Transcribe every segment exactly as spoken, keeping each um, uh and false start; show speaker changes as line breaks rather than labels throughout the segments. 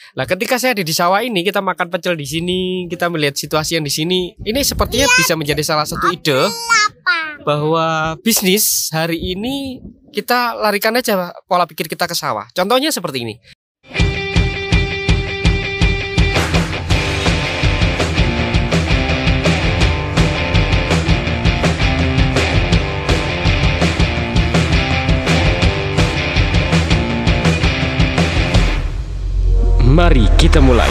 Nah, ketika saya ada di sawah ini, kita makan pecel di sini, kita melihat situasi yang di sini. Ini sepertinya bisa menjadi salah satu ide bahwa bisnis hari ini kita larikan aja pola pikir kita ke sawah. Contohnya seperti ini. Mari kita mulai.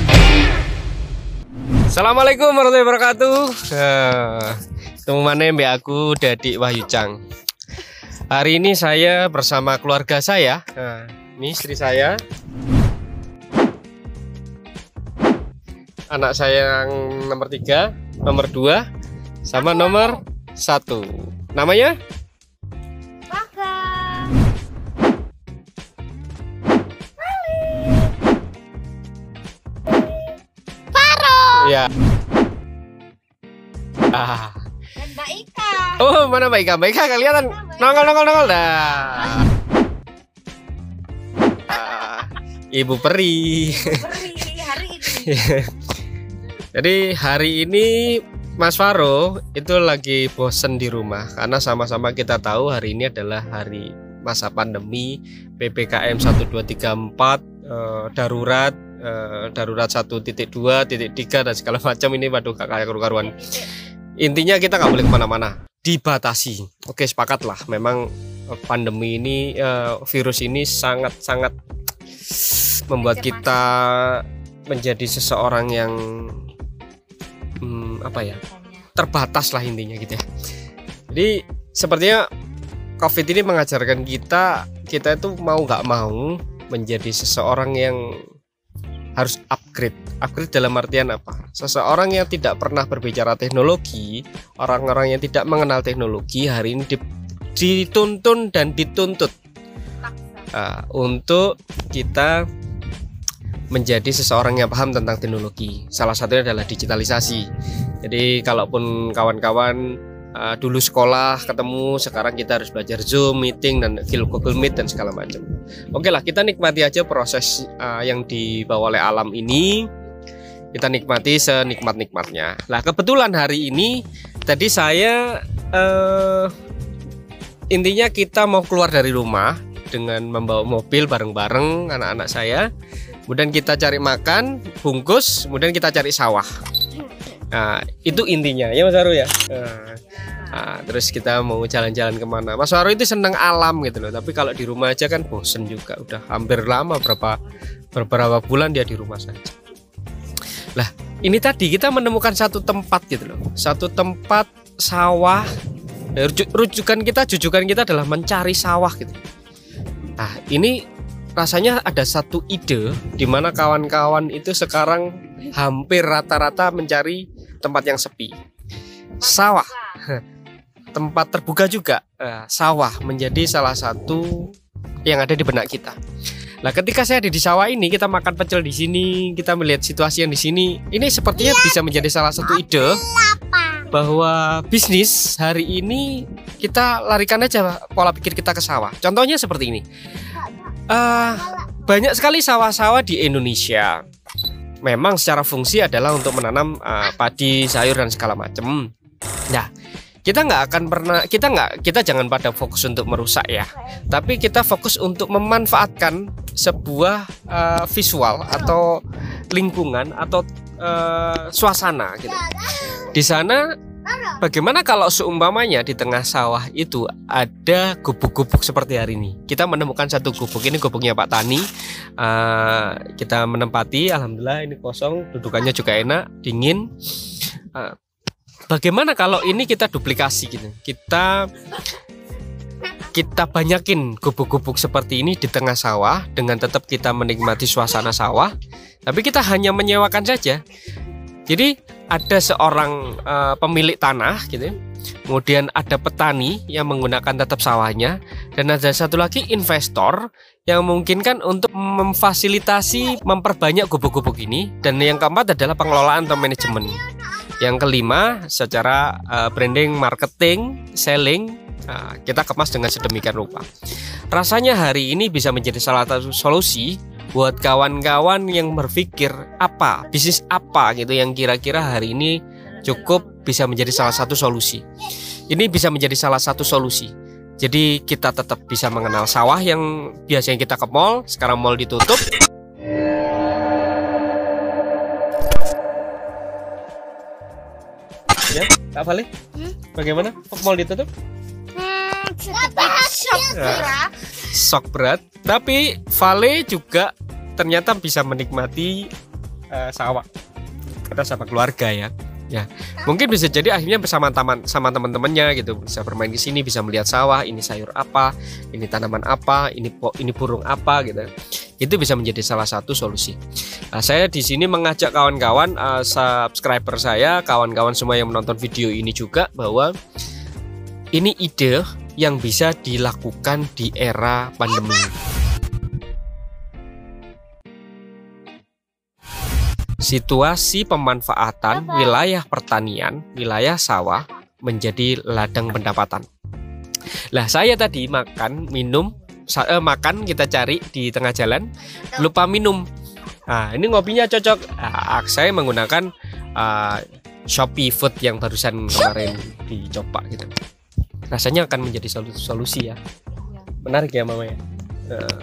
Assalamualaikum warahmatullahi wabarakatuh. Nah, ketemu mana mbak aku Dadik Wahyucang. Hari ini saya bersama keluarga saya. Nah, ini istri saya, anak saya yang nomor tiga, nomor dua, sama nomor satu. Namanya? Ya. Ah.
Dan Mbak Ika.
Oh, mana Mbak Ika? Mbak Ika kelihatan nongol nongol nongol dah. Ah, Ibu Peri.
Peri hari ini.
Jadi hari ini Mas Faro itu lagi bosen di rumah karena sama-sama kita tahu hari ini adalah hari masa pandemi, P P K M satu dua tiga empat, eh, darurat. Uh, darurat satu titik dua titik tiga dan segala macam ini. Waduh, gak kayak karu-karuan. Intinya kita nggak boleh kemana-mana, dibatasi. Oke, sepakat lah. Memang pandemi ini, uh, virus ini sangat-sangat membuat kita menjadi seseorang yang hmm, apa ya, terbatas lah intinya gitu ya. Jadi sepertinya COVID ini mengajarkan kita kita itu mau nggak mau menjadi seseorang yang harus upgrade. Upgrade dalam artian apa? Seseorang yang tidak pernah berbicara teknologi, orang-orang yang tidak mengenal teknologi hari ini dituntun dan dituntut uh, untuk kita menjadi seseorang yang paham tentang teknologi. Salah satunya adalah digitalisasi. Jadi kalaupun kawan-kawan uh, dulu sekolah ketemu, sekarang kita harus belajar Zoom, meeting, dan Google Meet dan segala macam. Oke lah, kita nikmati aja proses uh, yang dibawa oleh alam ini. Kita nikmati senikmat-nikmatnya. Nah, kebetulan hari ini tadi saya uh, intinya kita mau keluar dari rumah dengan membawa mobil bareng-bareng anak-anak saya. Kemudian kita cari makan, bungkus, kemudian kita cari sawah. Nah, itu intinya ya Mas Waru ya. Nah, nah, terus kita mau jalan-jalan kemana. Mas Waru itu senang alam gitu loh. Tapi kalau di rumah aja kan bosen juga. Udah hampir lama, berapa beberapa bulan dia di rumah saja. Lah, ini tadi kita menemukan satu tempat gitu loh. Satu tempat sawah. Rujukan kita, jujukan kita adalah mencari sawah gitu. Nah, ini rasanya ada satu ide di mana kawan-kawan itu sekarang hampir rata-rata mencari tempat yang sepi. Sawah, tempat terbuka juga. Nah, sawah menjadi salah satu yang ada di benak kita. Nah, ketika saya ada di sawah ini, kita makan pecel di sini, kita melihat situasi yang di sini. Ini sepertinya bisa menjadi salah satu ide bahwa bisnis hari ini kita larikan aja pola pikir kita ke sawah. Contohnya seperti ini. Uh, banyak sekali sawah-sawah di Indonesia. Memang secara fungsi adalah untuk menanam uh, padi, sayur dan segala macam. Nah, kita nggak akan pernah, kita nggak, kita jangan pada fokus untuk merusak ya. Tapi kita fokus untuk memanfaatkan sebuah uh, visual atau lingkungan atau uh, suasana gitu. Di sana, bagaimana kalau seumpamanya di tengah sawah itu ada gubuk-gubuk seperti hari ini. Kita menemukan satu gubuk, ini gubuknya Pak Tani. uh, Kita menempati, alhamdulillah ini kosong, dudukannya juga enak, dingin. uh, Bagaimana kalau ini kita duplikasi gitu. Kita Kita banyakin gubuk-gubuk seperti ini di tengah sawah, dengan tetap kita menikmati suasana sawah, tapi kita hanya menyewakan saja. Jadi ada seorang uh, pemilik tanah gitu, kemudian ada petani yang menggunakan tetap sawahnya, dan ada satu lagi investor yang memungkinkan untuk memfasilitasi memperbanyak gubuk-gubuk ini, dan yang keempat adalah pengelolaan atau manajemen. Yang kelima secara uh, branding, marketing, selling, uh, kita kemas dengan sedemikian rupa. Rasanya hari ini bisa menjadi salah satu solusi buat kawan-kawan yang berpikir apa, bisnis apa gitu yang kira-kira hari ini cukup bisa menjadi salah satu solusi. Ini bisa menjadi salah satu solusi. Jadi kita tetap bisa mengenal sawah yang biasanya kita ke mall, sekarang mall ditutup. Ya, Kak Vale, hmm? Bagaimana? Mall ditutup?
Hmm, shock berat.
Shock berat. Tapi Vale juga ternyata bisa menikmati uh, sawah. Kita sama keluarga ya. Ya, mungkin bisa jadi akhirnya bersama teman sama teman-temannya gitu, bisa bermain di sini, bisa melihat sawah, ini sayur apa, ini tanaman apa, ini ini burung apa gitu. Itu bisa menjadi salah satu solusi. Nah, saya di sini mengajak kawan-kawan uh, subscriber saya, kawan-kawan semua yang menonton video ini juga bahwa ini ide yang bisa dilakukan di era pandemi. Situasi pemanfaatan wilayah pertanian, wilayah sawah menjadi ladang pendapatan. Lah saya tadi makan, minum, eh, makan kita cari di tengah jalan, lupa minum. Nah ini ngopinya cocok. Nah, saya menggunakan uh, Shopee Food yang barusan kemarin dicoba gitu. Rasanya akan menjadi solusi, solusi ya. Menarik ya Mama ya. Nah,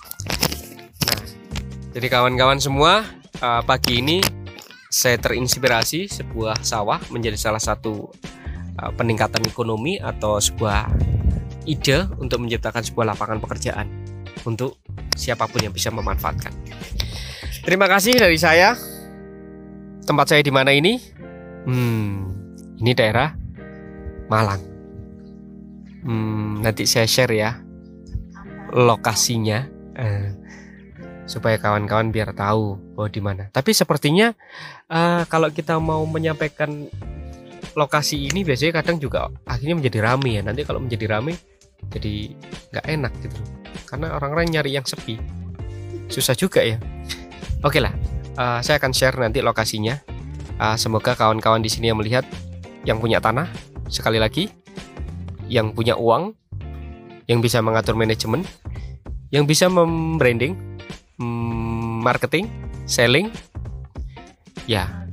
nah jadi kawan-kawan semua. Uh, pagi ini saya terinspirasi sebuah sawah menjadi salah satu uh, peningkatan ekonomi atau sebuah ide untuk menciptakan sebuah lapangan pekerjaan untuk siapapun yang bisa memanfaatkan. Terima kasih dari saya. Tempat saya di mana ini? Hmm, ini daerah Malang. Hmm, nanti saya share ya lokasinya. Uh, supaya kawan-kawan biar tahu bahwa di mana. Tapi sepertinya uh, kalau kita mau menyampaikan lokasi ini biasanya kadang juga akhirnya menjadi ramai ya. Nanti kalau menjadi ramai jadi nggak enak gitu. Karena orang-orang nyari yang sepi. Susah juga ya. Oke lah, uh, saya akan share nanti lokasinya. Uh, semoga kawan-kawan di sini yang melihat, yang punya tanah, sekali lagi, yang punya uang, yang bisa mengatur manajemen, yang bisa membranding, marketing, selling, ya,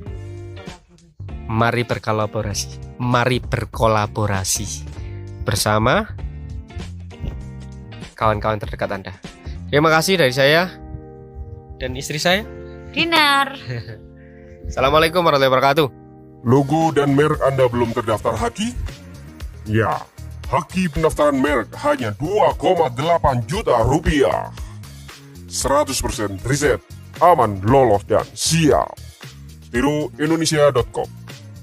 mari berkolaborasi, mari berkolaborasi bersama kawan-kawan terdekat Anda. Terima kasih dari saya dan istri saya,
Dinar.
Assalamualaikum warahmatullahi wabarakatuh.
Logo dan merek Anda belum terdaftar Haki? Ya, Haki pendaftaran merek hanya dua koma delapan juta rupiah. seratus persen riset, aman, lolos, dan siap. tiru indonesia dot com.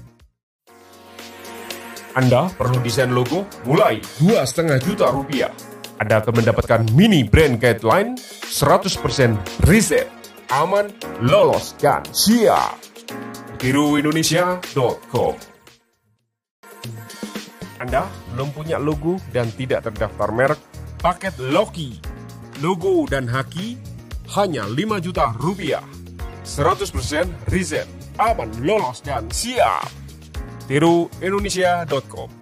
Anda perlu desain logo mulai dua koma lima juta rupiah. Anda akan mendapatkan mini brand guideline seratus persen riset, aman, lolos, dan siap. tiru indonesia dot com. Anda belum punya logo dan tidak terdaftar merek? Paket Loki, logo dan haki hanya lima juta rupiah. seratus persen riset, aman, lolos, dan siap. tiru indonesia dot com.